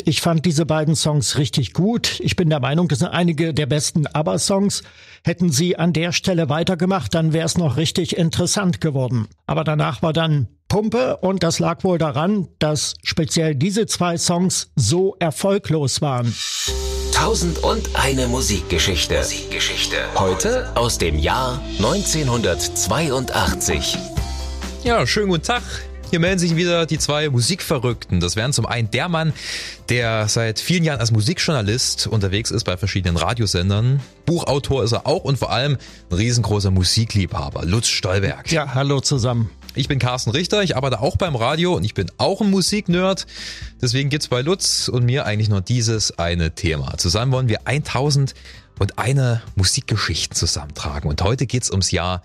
Ich fand diese beiden Songs richtig gut. Ich bin der Meinung, das sind einige der besten ABBA-Songs. Hätten sie an der Stelle weitergemacht, dann wäre es noch richtig interessant geworden. Aber danach war dann Pumpe und das lag wohl daran, dass speziell diese zwei Songs so erfolglos waren. 1001 Musikgeschichte. Heute aus dem Jahr 1982. Ja, schönen guten Tag. Hier melden sich wieder die zwei Musikverrückten. Das wären zum einen der Mann, der seit vielen Jahren als Musikjournalist unterwegs ist bei verschiedenen Radiosendern. Buchautor ist er auch und vor allem ein riesengroßer Musikliebhaber, Lutz Stolberg. Ja, hallo zusammen. Ich bin Carsten Richter, ich arbeite auch beim Radio und ich bin auch ein Musiknerd. Deswegen gibt's bei Lutz und mir eigentlich nur dieses eine Thema. Zusammen wollen wir 1001 Musikgeschichten zusammentragen. Und heute geht's ums Jahr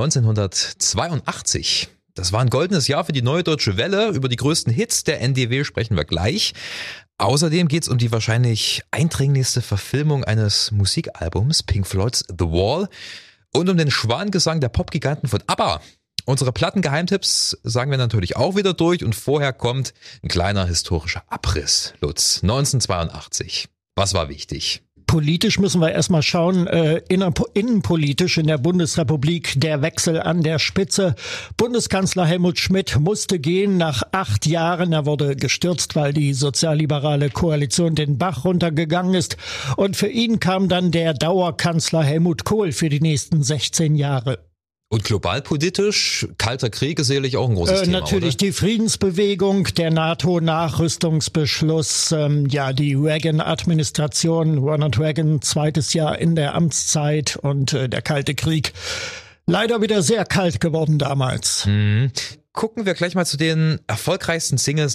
1982. Das war ein goldenes Jahr für die Neue Deutsche Welle. Über die größten Hits der NDW sprechen wir gleich. Außerdem geht's um die wahrscheinlich eindringlichste Verfilmung eines Musikalbums, Pink Floyds The Wall, und um den Schwanengesang der Popgiganten von ABBA. Unsere Plattengeheimtipps sagen wir natürlich auch wieder durch und vorher kommt ein kleiner historischer Abriss. Lutz, 1982. Was war wichtig? Politisch müssen wir erstmal schauen, innenpolitisch in der Bundesrepublik der Wechsel an der Spitze. Bundeskanzler Helmut Schmidt musste gehen nach 8 Jahren. Er wurde gestürzt, weil die sozialliberale Koalition den Bach runtergegangen ist. Und für ihn kam dann der Dauerkanzler Helmut Kohl für die nächsten 16 Jahre. Und globalpolitisch, Kalter Krieg ist sicherlich auch ein großes Thema, natürlich oder? Die Friedensbewegung, der NATO-Nachrüstungsbeschluss, die Reagan-Administration, Ronald Reagan, 2. Jahr in der Amtszeit und der Kalte Krieg. Leider wieder sehr kalt geworden damals. Gucken wir gleich mal zu den erfolgreichsten Singles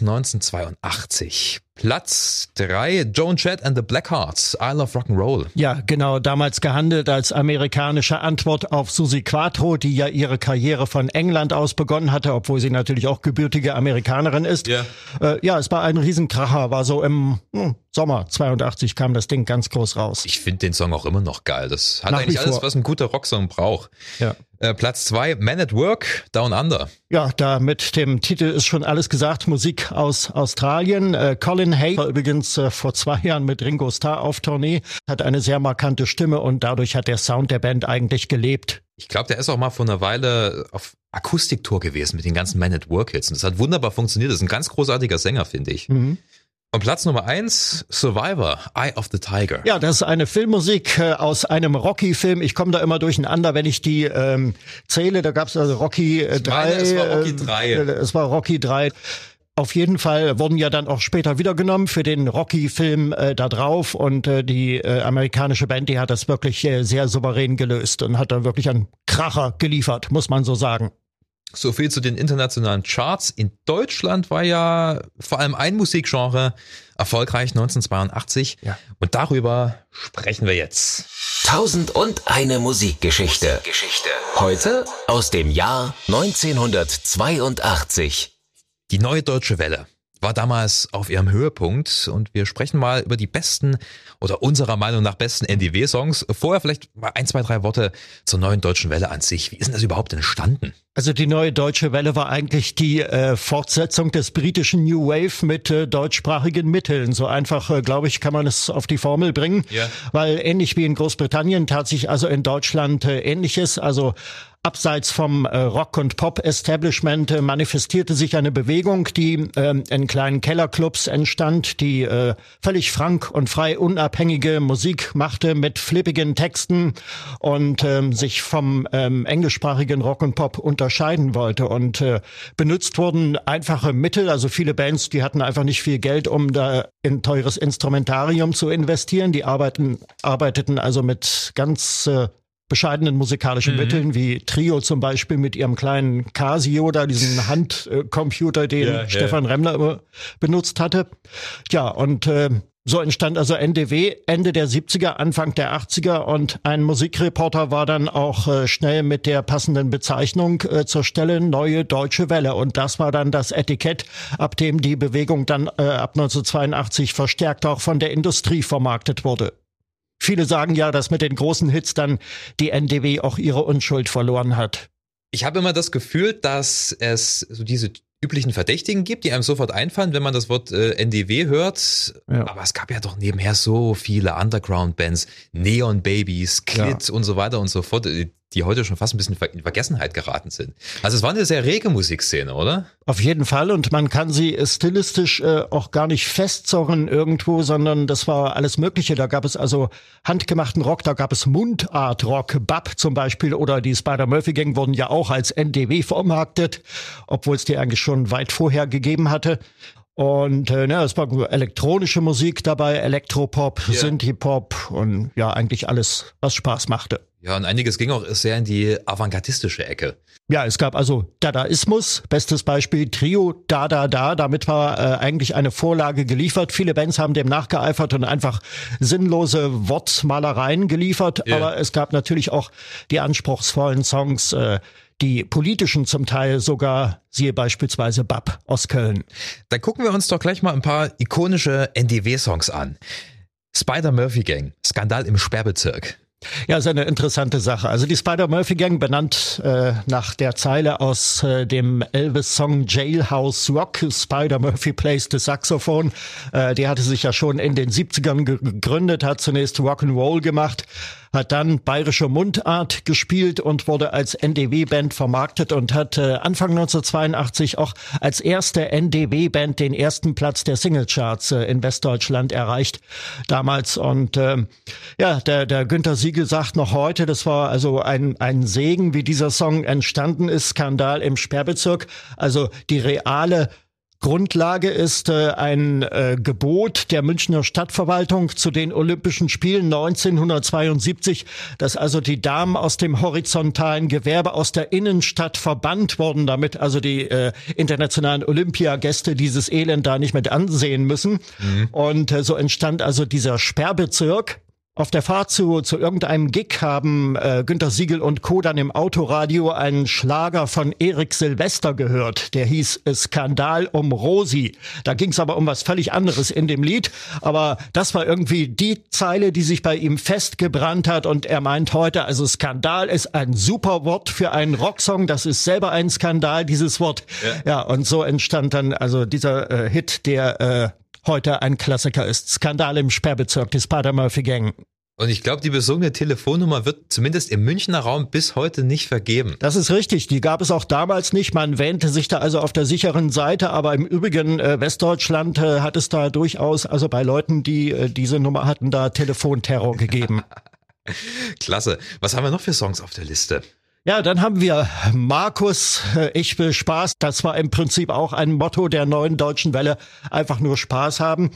1982. Platz 3, Joan Jett and the Blackhearts, I Love Rock'n'Roll. Ja, genau, damals gehandelt als amerikanische Antwort auf Suzi Quatro, die ja ihre Karriere von England aus begonnen hatte, obwohl sie natürlich auch gebürtige Amerikanerin ist. Ja. Es war ein Riesenkracher, war so im Sommer 82 kam das Ding ganz groß raus. Ich finde den Song auch immer noch geil. Das hat Nach eigentlich wie alles, vor. was ein guter Rocksong braucht. Ja. Platz 2, Man at Work, Down Under. Ja, da mit dem Titel ist schon alles gesagt. Musik aus Australien. Colin Hay war übrigens vor 2 Jahren mit Ringo Starr auf Tournee, hat eine sehr markante Stimme und dadurch hat der Sound der Band eigentlich gelebt. Ich glaube, der ist auch mal vor einer Weile auf Akustiktour gewesen mit den ganzen Man at Work Hits. Und das hat wunderbar funktioniert. Das ist ein ganz großartiger Sänger, finde ich. Und Platz Nummer 1, Survivor, Eye of the Tiger. Ja, das ist eine Filmmusik aus einem Rocky-Film. Ich komme da immer durcheinander, wenn ich die zähle. Da gab es also Rocky 3. Es war Rocky 3. Es war Rocky 3. Auf jeden Fall wurden ja dann auch später wieder genommen für den Rocky-Film da drauf. Und die amerikanische Band, die hat das wirklich sehr souverän gelöst und hat da wirklich einen Kracher geliefert, muss man so sagen. So viel zu den internationalen Charts. In Deutschland war ja vor allem ein Musikgenre erfolgreich 1982. Ja. Und darüber sprechen wir jetzt. 1001 Musikgeschichte. Heute aus dem Jahr 1982. Die Neue Deutsche Welle war damals auf ihrem Höhepunkt und wir sprechen mal über die besten oder unserer Meinung nach besten NDW-Songs. Vorher vielleicht mal 1, 2, 3 Worte zur Neuen Deutschen Welle an sich. Wie ist denn das überhaupt entstanden? Also die Neue Deutsche Welle war eigentlich die Fortsetzung des britischen New Wave mit deutschsprachigen Mitteln. So einfach, glaube ich, kann man es auf die Formel bringen. Ja. Weil ähnlich wie in Großbritannien tat sich also in Deutschland Ähnliches. Also abseits vom Rock- und Pop-Establishment manifestierte sich eine Bewegung, die in kleinen Kellerclubs entstand, die völlig frank und frei unabhängige Musik machte mit flippigen Texten und sich vom englischsprachigen Rock und Pop unterscheiden wollte. Und benutzt wurden einfache Mittel, also viele Bands, die hatten einfach nicht viel Geld, um da in teures Instrumentarium zu investieren. Die arbeiteten also mit ganz bescheidenen musikalischen Mitteln, wie Trio zum Beispiel mit ihrem kleinen Casio, da diesen Handcomputer, den Stefan Remmler immer benutzt hatte. Ja, und so entstand also NDW Ende der 70er, Anfang der 80er und ein Musikreporter war dann auch schnell mit der passenden Bezeichnung zur Stelle Neue Deutsche Welle. Und das war dann das Etikett, ab dem die Bewegung dann ab 1982 verstärkt auch von der Industrie vermarktet wurde. Viele sagen ja, dass mit den großen Hits dann die NDW auch ihre Unschuld verloren hat. Ich habe immer das Gefühl, dass es so diese üblichen Verdächtigen gibt, die einem sofort einfallen, wenn man das Wort NDW hört. Ja. Aber es gab ja doch nebenher so viele Underground-Bands, Neon Babies, Klit und so weiter und so fort, die heute schon fast ein bisschen in Vergessenheit geraten sind. Also es war eine sehr rege Musikszene, oder? Auf jeden Fall, und man kann sie stilistisch auch gar nicht festzorren irgendwo, sondern das war alles Mögliche. Da gab es also handgemachten Rock, da gab es Mundart-Rock, Bab zum Beispiel oder die Spider-Murphy-Gang wurden ja auch als NDW vermarktet, obwohl es die eigentlich schon weit vorher gegeben hatte. Und es war elektronische Musik dabei, Elektropop, Synthie-Pop und ja, eigentlich alles, was Spaß machte. Ja, und einiges ging auch sehr in die avantgardistische Ecke. Ja, es gab also Dadaismus, bestes Beispiel, Trio Da Da Da, damit war eigentlich eine Vorlage geliefert. Viele Bands haben dem nachgeeifert und einfach sinnlose Wortmalereien geliefert, aber es gab natürlich auch die anspruchsvollen Songs, die politischen zum Teil sogar, siehe beispielsweise Bab aus Köln. Dann gucken wir uns doch gleich mal ein paar ikonische NDW-Songs an. Spider-Murphy-Gang, Skandal im Sperrbezirk. Ja, ist eine interessante Sache. Also die Spider-Murphy-Gang, benannt nach der Zeile aus dem Elvis-Song Jailhouse Rock, Spider-Murphy plays the Saxophone. Die hatte sich ja schon in den 70ern gegründet, hat zunächst Rock'n'Roll gemacht, hat dann bayerische Mundart gespielt und wurde als NDW-Band vermarktet und hat Anfang 1982 auch als erste NDW-Band den ersten Platz der Singlecharts in Westdeutschland erreicht damals. Und der Günter Siegel sagt noch heute, das war also ein Segen, wie dieser Song entstanden ist, Skandal im Sperrbezirk. Also die reale Grundlage ist ein Gebot der Münchner Stadtverwaltung zu den Olympischen Spielen 1972, dass also die Damen aus dem horizontalen Gewerbe aus der Innenstadt verbannt wurden, damit also die internationalen Olympiagäste dieses Elend da nicht mit ansehen müssen. Und so entstand also dieser Sperrbezirk. Auf der Fahrt zu irgendeinem Gig haben Günter Siegel und Co. dann im Autoradio einen Schlager von Erik Silvester gehört. Der hieß Skandal um Rosi. Da ging es aber um was völlig anderes in dem Lied. Aber das war irgendwie die Zeile, die sich bei ihm festgebrannt hat. Und er meint heute, also Skandal ist ein super Wort für einen Rocksong. Das ist selber ein Skandal, dieses Wort. Ja, und so entstand dann also dieser Hit, der heute ein Klassiker ist. Skandal im Sperrbezirk, die Spider-Murphy-Gang. Und ich glaube, die besungene Telefonnummer wird zumindest im Münchner Raum bis heute nicht vergeben. Das ist richtig, die gab es auch damals nicht. Man wähnte sich da also auf der sicheren Seite, aber im Übrigen Westdeutschland hat es da durchaus, also bei Leuten, die diese Nummer hatten, da Telefonterror gegeben. Klasse. Was haben wir noch für Songs auf der Liste? Ja, dann haben wir Markus, ich will Spaß. Das war im Prinzip auch ein Motto der neuen Deutschen Welle, einfach nur Spaß haben.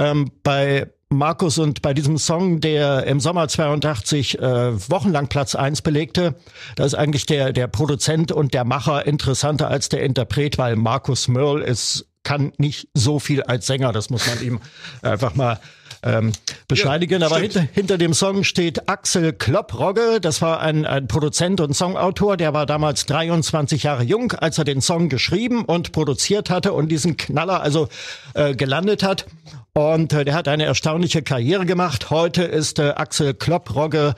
Bei Markus und bei diesem Song, der im Sommer 82 wochenlang Platz 1 belegte, da ist eigentlich der Produzent und der Macher interessanter als der Interpret, weil Markus Mörl kann nicht so viel als Sänger, das muss man ihm einfach mal bescheinigern. Ja, aber hinter dem Song steht Axel Klopprogge. Das war ein Produzent und Songautor. Der war damals 23 Jahre jung, als er den Song geschrieben und produziert hatte und diesen Knaller also gelandet hat. Und der hat eine erstaunliche Karriere gemacht. Heute ist Axel Klopprogge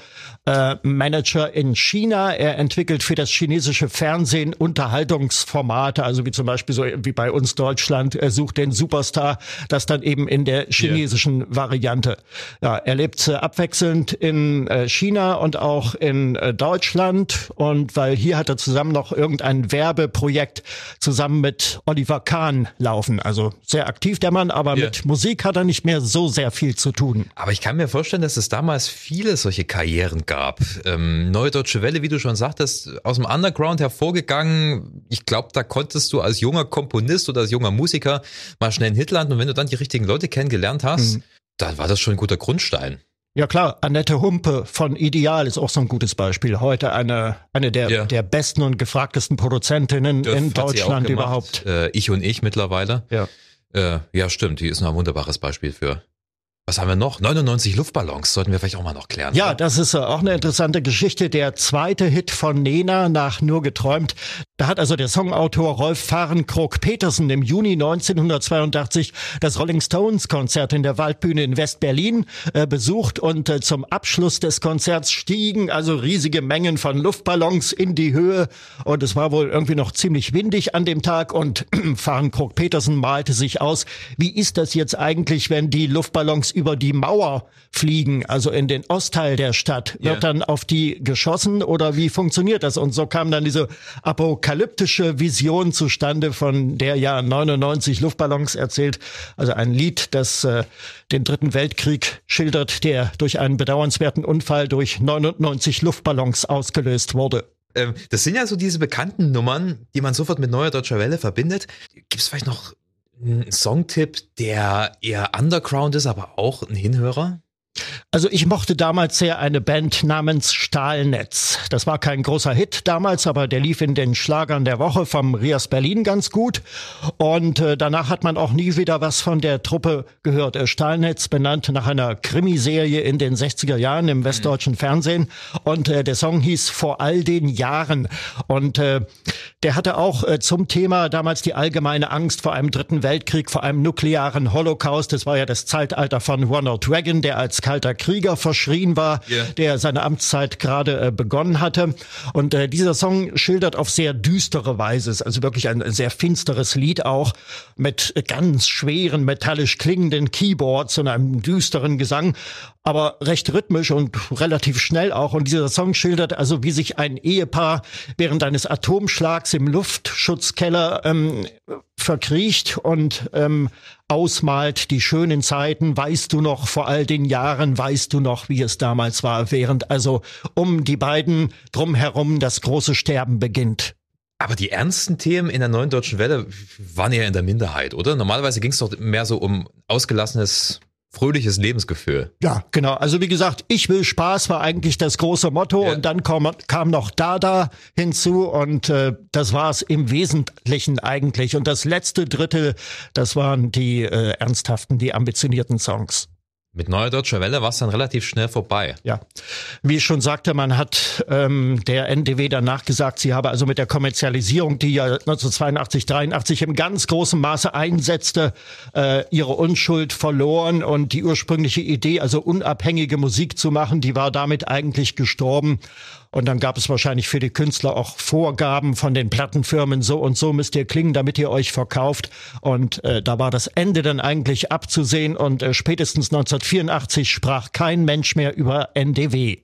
Manager in China. Er entwickelt für das chinesische Fernsehen Unterhaltungsformate, also wie zum Beispiel so wie bei uns Deutschland sucht den Superstar, das dann eben in der chinesischen Variante. Ja, er lebt abwechselnd in China und auch in Deutschland. Und weil hier hat er zusammen noch irgendein Werbeprojekt zusammen mit Oliver Kahn laufen. Also sehr aktiv der Mann, aber mit Musik hat er nicht mehr so sehr viel zu tun. Aber ich kann mir vorstellen, dass es damals viele solche Karrieren gab. Neue Deutsche Welle, wie du schon sagtest, aus dem Underground hervorgegangen. Ich glaube, da konntest du als junger Komponist oder als junger Musiker mal schnell einen Hit landen. Und wenn du dann die richtigen Leute kennengelernt hast, dann war das schon ein guter Grundstein. Ja klar, Annette Humpe von Ideal ist auch so ein gutes Beispiel. Heute eine der besten und gefragtesten Produzentinnen in Deutschland überhaupt. Ich und ich mittlerweile. Ja. Ja, stimmt. Die ist noch ein wunderbares Beispiel für. Was haben wir noch? 99 Luftballons sollten wir vielleicht auch mal noch klären. Ja, oder? das ist auch eine interessante Geschichte. Der zweite Hit von Nena nach Nur geträumt. Da hat also der Songautor Rolf Fahrenkrog-Petersen im Juni 1982 das Rolling Stones Konzert in der Waldbühne in West-Berlin besucht und zum Abschluss des Konzerts stiegen also riesige Mengen von Luftballons in die Höhe und es war wohl irgendwie noch ziemlich windig an dem Tag und Fahrenkrog-Petersen malte sich aus, wie ist das jetzt eigentlich, wenn die Luftballons über die Mauer fliegen, also in den Ostteil der Stadt, wird dann auf die geschossen oder wie funktioniert das? Und so kam dann diese apokalyptische Vision zustande, von der ja 99 Luftballons erzählt. Also ein Lied, das den Dritten Weltkrieg schildert, der durch einen bedauernswerten Unfall durch 99 Luftballons ausgelöst wurde. Das sind ja so diese bekannten Nummern, die man sofort mit Neue Deutsche Welle verbindet. Gibt es vielleicht noch einen Songtipp, der eher Underground ist, aber auch ein Hinhörer? Also ich mochte damals sehr eine Band namens Stahlnetz. Das war kein großer Hit damals, aber der lief in den Schlagern der Woche vom Rias Berlin ganz gut. Und danach hat man auch nie wieder was von der Truppe gehört. Stahlnetz, benannt nach einer Krimiserie in den 60er Jahren im westdeutschen Fernsehen. Und der Song hieß Vor all den Jahren. Und der hatte auch zum Thema damals die allgemeine Angst vor einem Dritten Weltkrieg, vor einem nuklearen Holocaust. Das war ja das Zeitalter von Ronald Reagan, der als kalter Krieger verschrien war, der seine Amtszeit gerade begonnen hatte. Und dieser Song schildert auf sehr düstere Weise, ist also wirklich ein sehr finsteres Lied auch, mit ganz schweren, metallisch klingenden Keyboards und einem düsteren Gesang, aber recht rhythmisch und relativ schnell auch. Und dieser Song schildert also, wie sich ein Ehepaar während eines Atomschlags im Luftschutzkeller verkriecht und ausmalt die schönen Zeiten. Weißt du noch, vor all den Jahren, weißt du noch, wie es damals war, während also um die beiden drumherum das große Sterben beginnt. Aber die ernsten Themen in der Neuen Deutschen Welle waren ja in der Minderheit, oder? Normalerweise ging es doch mehr so um ausgelassenes, fröhliches Lebensgefühl. Ja, genau. Also wie gesagt, ich will Spaß war eigentlich das große Motto und dann kam noch Dada hinzu und das war es im Wesentlichen eigentlich. Und das letzte Drittel, das waren die ernsthaften, die ambitionierten Songs. Mit Neue Deutsche Welle war es dann relativ schnell vorbei. Ja, wie ich schon sagte, man hat der NDW danach gesagt, sie habe also mit der Kommerzialisierung, die ja 1982, 83 im ganz großen Maße einsetzte, ihre Unschuld verloren und die ursprüngliche Idee, also unabhängige Musik zu machen, die war damit eigentlich gestorben. Und dann gab es wahrscheinlich für die Künstler auch Vorgaben von den Plattenfirmen, so und so müsst ihr klingen, damit ihr euch verkauft. Und da war das Ende dann eigentlich abzusehen und spätestens 1984 sprach kein Mensch mehr über NDW.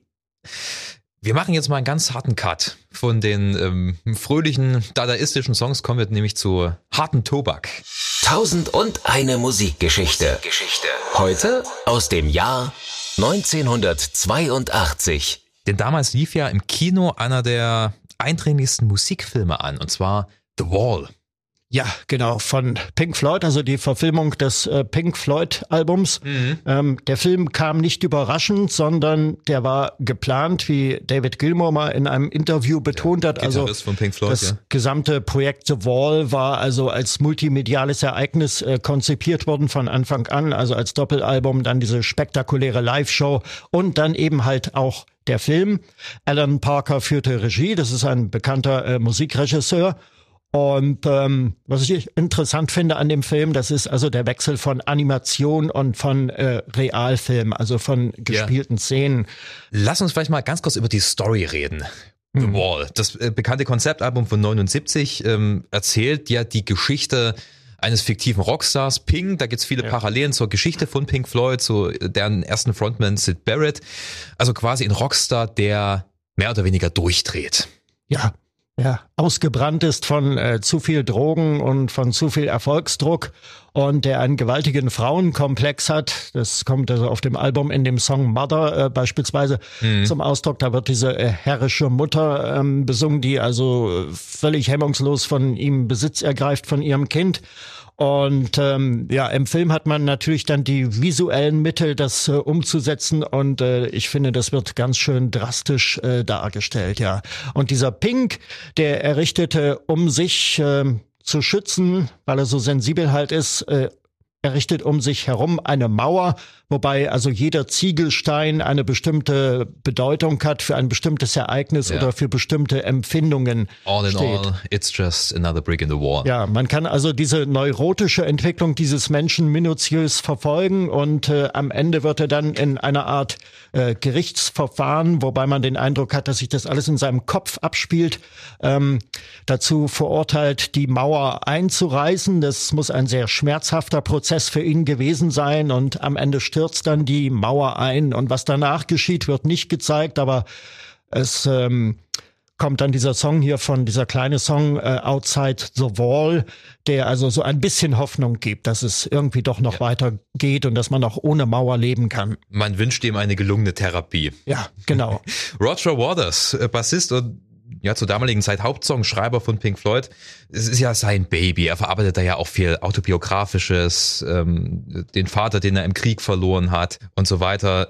Wir machen jetzt mal einen ganz harten Cut. Von den fröhlichen, dadaistischen Songs kommen wir nämlich zu harten Tobak. 1001 Musikgeschichte. Heute aus dem Jahr 1982. Denn damals lief ja im Kino einer der eindringlichsten Musikfilme an, und zwar The Wall. Ja, genau, von Pink Floyd, also die Verfilmung des Pink Floyd-Albums. Der Film kam nicht überraschend, sondern der war geplant, wie David Gilmour mal in einem Interview betont hat. Also von Pink Floyd, das gesamte Projekt The Wall war also als multimediales Ereignis konzipiert worden von Anfang an, also als Doppelalbum, dann diese spektakuläre Live-Show und dann eben halt auch der Film. Alan Parker führte Regie, das ist ein bekannter Musikregisseur. Und was ich interessant finde an dem Film, das ist also der Wechsel von Animation und von Realfilm, also von gespielten Szenen. Lass uns vielleicht mal ganz kurz über die Story reden. The Wall, das bekannte Konzeptalbum von 79, erzählt ja die Geschichte eines fiktiven Rockstars, Pink. Da gibt's viele Parallelen zur Geschichte von Pink Floyd, zu deren ersten Frontman Syd Barrett. Also quasi ein Rockstar, der mehr oder weniger durchdreht. Ja, ausgebrannt ist von zu viel Drogen und von zu viel Erfolgsdruck und der einen gewaltigen Frauenkomplex hat. Das kommt also auf dem Album in dem Song Mother beispielsweise zum Ausdruck. Da wird diese herrische Mutter besungen, die also völlig hemmungslos von ihm Besitz ergreift von ihrem Kind. Und im Film hat man natürlich dann die visuellen Mittel, das umzusetzen und ich finde, das wird ganz schön drastisch dargestellt, ja. Und dieser Pink, der errichtete, um sich zu schützen, weil er so sensibel halt ist, errichtet um sich herum eine Mauer, wobei also jeder Ziegelstein eine bestimmte Bedeutung hat für ein bestimmtes Ereignis oder für bestimmte Empfindungen All in steht. all, it's just another brick in the wall. Ja, man kann also diese neurotische Entwicklung dieses Menschen minutiös verfolgen und am Ende wird er dann in einer Art Gerichtsverfahren, wobei man den Eindruck hat, dass sich das alles in seinem Kopf abspielt, dazu verurteilt, die Mauer einzureißen. Das muss ein sehr schmerzhafter Prozess für ihn gewesen sein und am Ende stürzt dann die Mauer ein und was danach geschieht, wird nicht gezeigt, aber es kommt dann dieser Song hier dieser kleine Song Outside the Wall, der also so ein bisschen Hoffnung gibt, dass es irgendwie doch noch weitergeht und dass man auch ohne Mauer leben kann. Man wünscht ihm eine gelungene Therapie. Ja, genau. Roger Waters, Bassist und zur damaligen Zeit Hauptsongschreiber von Pink Floyd. Es ist ja sein Baby. Er verarbeitet da ja auch viel Autobiografisches, den Vater, den er im Krieg verloren hat und so weiter.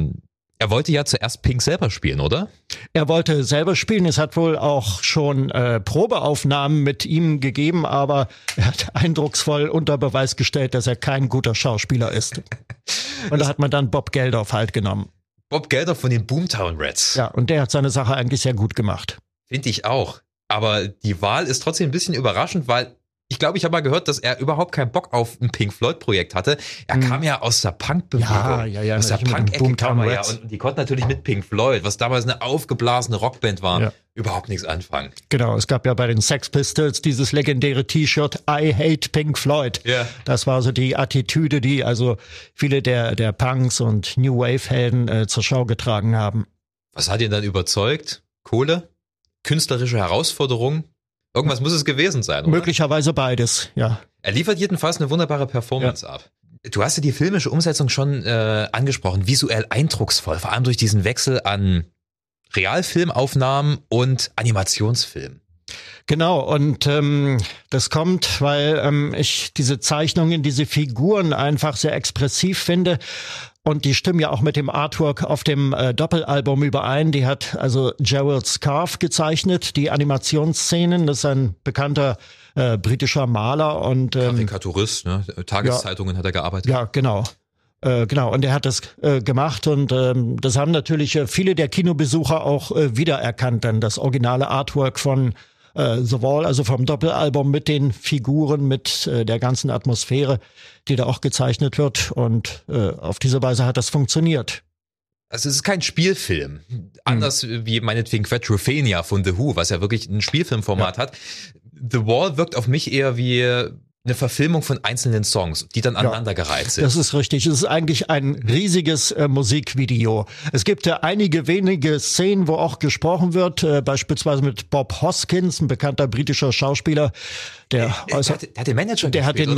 Er wollte ja zuerst Pink selber spielen, oder? Er wollte selber spielen. Es hat wohl auch schon Probeaufnahmen mit ihm gegeben, aber er hat eindrucksvoll unter Beweis gestellt, dass er kein guter Schauspieler ist. Und da hat man dann Bob Geldof halt genommen. Bob Geldof von den Boomtown Rats. Ja, und der hat seine Sache eigentlich sehr gut gemacht. Finde ich auch. Aber die Wahl ist trotzdem ein bisschen überraschend, weil ich glaube, ich habe mal gehört, dass er überhaupt keinen Bock auf ein Pink Floyd-Projekt hatte. Er kam ja aus der Punk-Bewegung. Ja, aus der Punk-Ecke kam er ja. Rats. Und die konnten natürlich mit Pink Floyd, was damals eine aufgeblasene Rockband war, überhaupt nichts anfangen. Genau, es gab ja bei den Sex Pistols dieses legendäre T-Shirt I Hate Pink Floyd. Ja. Das war so die Attitüde, die also viele der Punks und New Wave-Helden zur Schau getragen haben. Was hat ihn dann überzeugt? Kohle? Künstlerische Herausforderung? Irgendwas muss es gewesen sein, oder? Möglicherweise beides, ja. Er liefert jedenfalls eine wunderbare Performance ab. Du hast ja die filmische Umsetzung schon angesprochen, visuell eindrucksvoll, vor allem durch diesen Wechsel an Realfilmaufnahmen und Animationsfilm. Genau, und das kommt, weil ich diese Zeichnungen, diese Figuren einfach sehr expressiv finde. Und die stimmen ja auch mit dem Artwork auf dem Doppelalbum überein. Die hat also Gerald Scarfe gezeichnet, die Animationsszenen. Das ist ein bekannter britischer Maler und Karikaturist, ne? Tageszeitungen hat er gearbeitet. Ja, genau. Genau, und er hat das gemacht und das haben natürlich viele der Kinobesucher auch wiedererkannt, dann das originale Artwork von The Wall, also vom Doppelalbum mit den Figuren, mit der ganzen Atmosphäre, die da auch gezeichnet wird und auf diese Weise hat das funktioniert. Also es ist kein Spielfilm, anders wie meinetwegen Quadrophenia von The Who, was ja wirklich ein Spielfilmformat hat. The Wall wirkt auf mich eher wie eine Verfilmung von einzelnen Songs, die dann aneinandergereiht sind. Das ist richtig. Es ist eigentlich ein riesiges Musikvideo. Es gibt einige wenige Szenen, wo auch gesprochen wird, beispielsweise mit Bob Hoskins, ein bekannter britischer Schauspieler. Der hat den Manager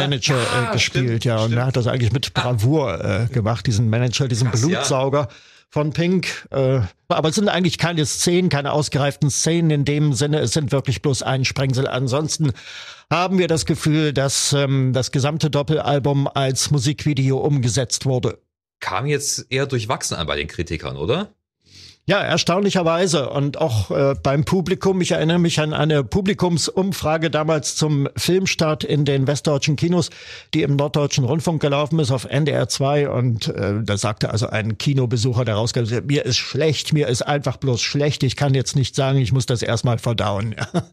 gespielt, ja. Und er hat das eigentlich mit Bravour gemacht, diesen Manager, diesen Blutsauger. Von Pink, aber es sind eigentlich keine Szenen, keine ausgereiften Szenen in dem Sinne, es sind wirklich bloß Einsprengsel. Ansonsten haben wir das Gefühl, dass das gesamte Doppelalbum als Musikvideo umgesetzt wurde. Kam jetzt eher durchwachsen an bei den Kritikern, oder? Ja, erstaunlicherweise und auch beim Publikum. Ich erinnere mich an eine Publikumsumfrage damals zum Filmstart in den westdeutschen Kinos, die im Norddeutschen Rundfunk gelaufen ist auf NDR 2 und da sagte also ein Kinobesucher, der rauskam, mir ist schlecht, mir ist einfach bloß schlecht, ich kann jetzt nicht sagen, ich muss das erstmal verdauen. Ja.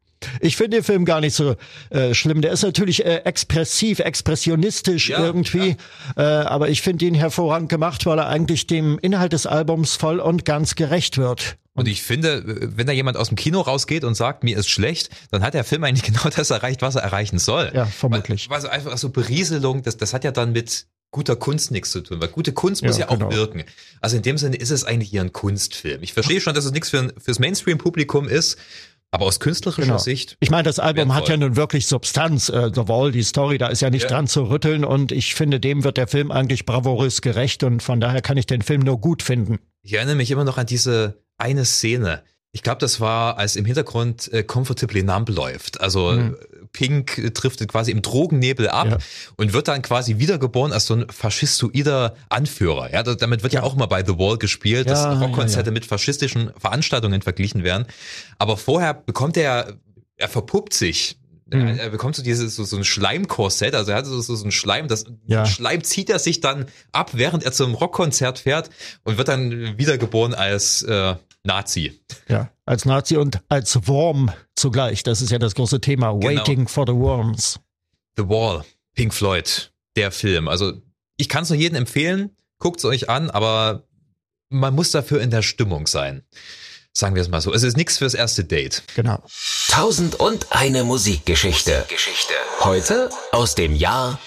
Ich finde den Film gar nicht so schlimm. Der ist natürlich expressiv, expressionistisch irgendwie, aber ich finde ihn hervorragend gemacht, weil er eigentlich dem Inhalt des Albums voll und ganz gerecht wird. Und ich finde, wenn da jemand aus dem Kino rausgeht und sagt, mir ist schlecht, dann hat der Film eigentlich genau das erreicht, was er erreichen soll. Ja, vermutlich. Weil so einfach so Berieselung, das hat ja dann mit guter Kunst nichts zu tun, weil gute Kunst muss ja auch wirken. Also in dem Sinne ist es eigentlich hier ein Kunstfilm. Ich verstehe schon, dass es nichts fürs Mainstream-Publikum ist, aber aus künstlerischer Sicht. Ich meine, das Album hat ja nun wirklich Substanz. The Wall, die Story, da ist ja nicht dran zu rütteln und ich finde, dem wird der Film eigentlich bravourös gerecht und von daher kann ich den Film nur gut finden. Ich erinnere mich immer noch an diese eine Szene. Ich glaube, das war, als im Hintergrund Comfortably Numb läuft. Also Pink driftet quasi im Drogennebel ab und wird dann quasi wiedergeboren als so ein faschistoider Anführer. Ja, damit wird ja auch immer bei The Wall gespielt, dass Rockkonzerte mit faschistischen Veranstaltungen verglichen werden. Aber vorher bekommt er verpuppt sich Er bekommt so ein Schleimkorsett, also er hat so ein Schleim, Schleim zieht er sich dann ab, während er zum Rockkonzert fährt und wird dann wiedergeboren als Nazi. Ja, als Nazi und als Worm zugleich. Das ist ja das große Thema. Genau. Waiting for the Worms. The Wall, Pink Floyd, der Film. Also ich kann es nur jedem empfehlen, guckt es euch an, aber man muss dafür in der Stimmung sein. Sagen wir es mal so. Es ist nichts fürs erste Date. Genau. 1001 Musikgeschichte. Heute aus dem Jahr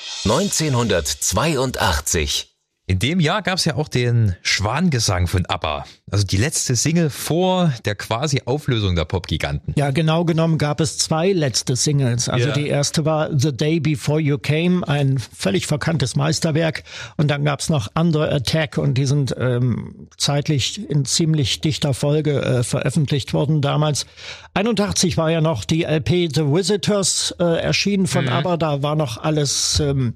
1982. In dem Jahr gab es ja auch den Schwangesang von ABBA. Also die letzte Single vor der quasi Auflösung der Popgiganten. Ja, genau genommen gab es 2 letzte Singles. Also die erste war The Day Before You Came, ein völlig verkanntes Meisterwerk. Und dann gab es noch Under Attack und die sind zeitlich in ziemlich dichter Folge veröffentlicht worden damals. 81 war ja noch die LP The Visitors erschienen von ABBA. Da war noch alles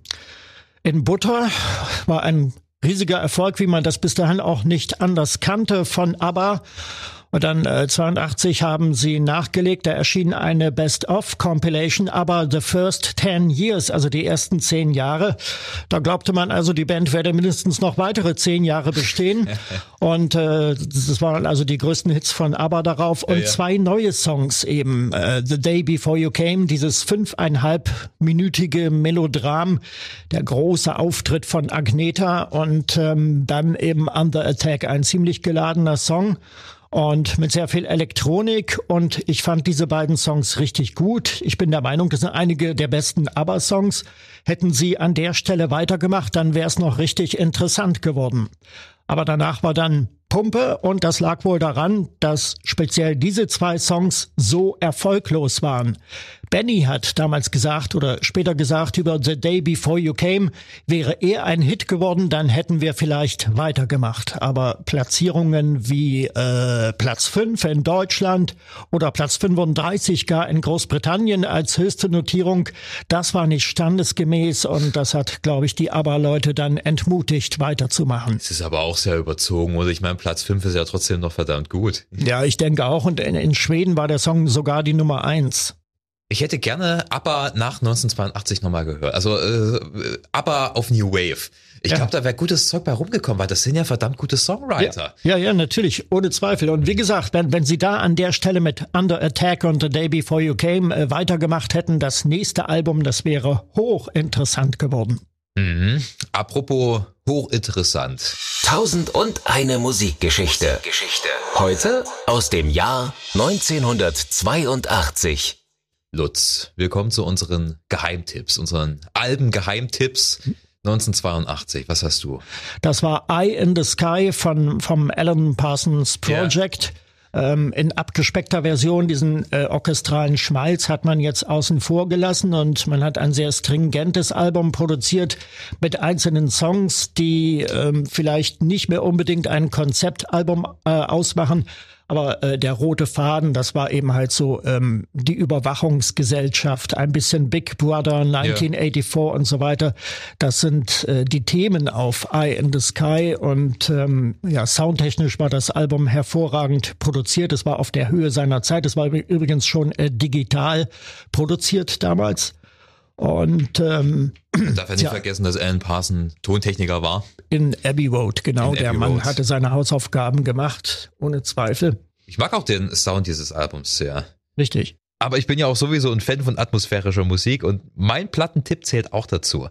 in Butter. War ein riesiger Erfolg, wie man das bis dahin auch nicht anders kannte von ABBA. Und dann 82 haben sie nachgelegt, da erschien eine Best-of-Compilation, aber The First 10 Years, also die ersten 10 Jahre. Da glaubte man also, die Band werde mindestens noch weitere 10 Jahre bestehen. Und das waren also die größten Hits von ABBA darauf. Und 2 neue Songs eben. The Day Before You Came, dieses 5,5-minütige Melodram, der große Auftritt von Agnetha. Und dann eben Under Attack, ein ziemlich geladener Song. Und mit sehr viel Elektronik, und ich fand diese beiden Songs richtig gut. Ich bin der Meinung, das sind einige der besten ABBA-Songs. Hätten sie an der Stelle weitergemacht, dann wäre es noch richtig interessant geworden. Aber danach war dann Pumpe, und das lag wohl daran, dass speziell diese 2 Songs so erfolglos waren. Benny hat damals gesagt oder später gesagt, über The Day Before You Came, wäre er ein Hit geworden, dann hätten wir vielleicht weitergemacht. Aber Platzierungen wie Platz 5 in Deutschland oder Platz 35 gar in Großbritannien als höchste Notierung, das war nicht standesgemäß, und das hat, glaube ich, die ABBA-Leute dann entmutigt, weiterzumachen. Es ist aber auch sehr überzogen, oder? Ich meine, Platz 5 ist ja trotzdem noch verdammt gut. Ja, ich denke auch, und in Schweden war der Song sogar die Nummer 1. Ich hätte gerne ABBA nach 1982 nochmal gehört. Also ABBA auf New Wave. Ich glaube, da wäre gutes Zeug bei rumgekommen, weil das sind ja verdammt gute Songwriter. Ja, natürlich, ohne Zweifel. Und wie gesagt, wenn sie da an der Stelle mit Under Attack und The Day Before You Came weitergemacht hätten, das nächste Album, das wäre hochinteressant geworden. Mhm. Apropos hochinteressant. 1001 Musikgeschichte. Heute aus dem Jahr 1982. Lutz, willkommen zu unseren Geheimtipps, unseren Alben-Geheimtipps 1982. Was hast du? Das war Eye in the Sky vom Alan Parsons Project. In abgespeckter Version, diesen orchestralen Schmalz hat man jetzt außen vor gelassen, und man hat ein sehr stringentes Album produziert mit einzelnen Songs, die vielleicht nicht mehr unbedingt ein Konzeptalbum ausmachen. Aber der rote Faden, das war eben halt so die Überwachungsgesellschaft, ein bisschen Big Brother, 1984 und so weiter. Das sind die Themen auf Eye in the Sky, und soundtechnisch war das Album hervorragend produziert. Es war auf der Höhe seiner Zeit. Es war übrigens schon digital produziert damals. Und man darf ja nicht vergessen, dass Alan Parsons Tontechniker war. In Abbey Road, genau. Der Mann hatte seine Hausaufgaben gemacht, ohne Zweifel. Ich mag auch den Sound dieses Albums sehr. Richtig. Aber ich bin ja auch sowieso ein Fan von atmosphärischer Musik, und mein Plattentipp zählt auch dazu.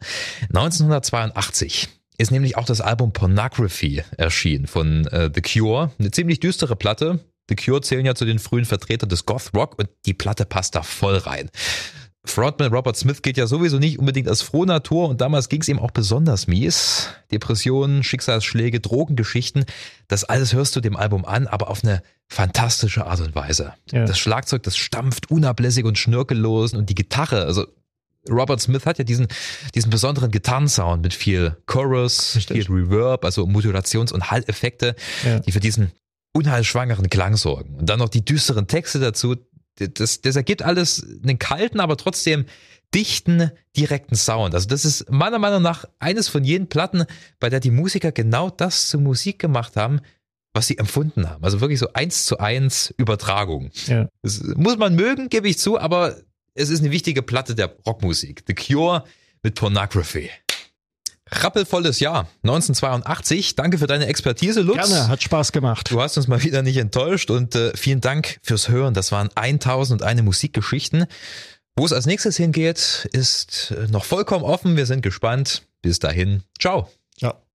1982 ist nämlich auch das Album Pornography erschienen von The Cure. Eine ziemlich düstere Platte. The Cure zählen ja zu den frühen Vertretern des Goth Rock, und die Platte passt da voll rein. Frontman Robert Smith geht ja sowieso nicht unbedingt als frohe Natur, und damals ging es ihm auch besonders mies. Depressionen, Schicksalsschläge, Drogengeschichten, das alles hörst du dem Album an, aber auf eine fantastische Art und Weise. Ja. Das Schlagzeug, das stampft unablässig und schnörkellos, und die Gitarre, also Robert Smith hat ja diesen besonderen Gitarrensound mit viel Chorus, viel Reverb, also Modulations- und Hall-Effekte, die für diesen unheilschwangeren Klang sorgen. Und dann noch die düsteren Texte dazu. Das ergibt alles einen kalten, aber trotzdem dichten, direkten Sound. Also das ist meiner Meinung nach eines von jenen Platten, bei der die Musiker genau das zur Musik gemacht haben, was sie empfunden haben. Also wirklich so 1:1 Übertragung. Ja. Das muss man mögen, gebe ich zu, aber es ist eine wichtige Platte der Rockmusik. The Cure mit Pornography. Rappelvolles Jahr, 1982. Danke für deine Expertise, Lutz. Gerne, hat Spaß gemacht. Du hast uns mal wieder nicht enttäuscht und vielen Dank fürs Hören. Das waren 1001 Musikgeschichten. Wo es als nächstes hingeht, ist noch vollkommen offen. Wir sind gespannt. Bis dahin. Ciao. Ja.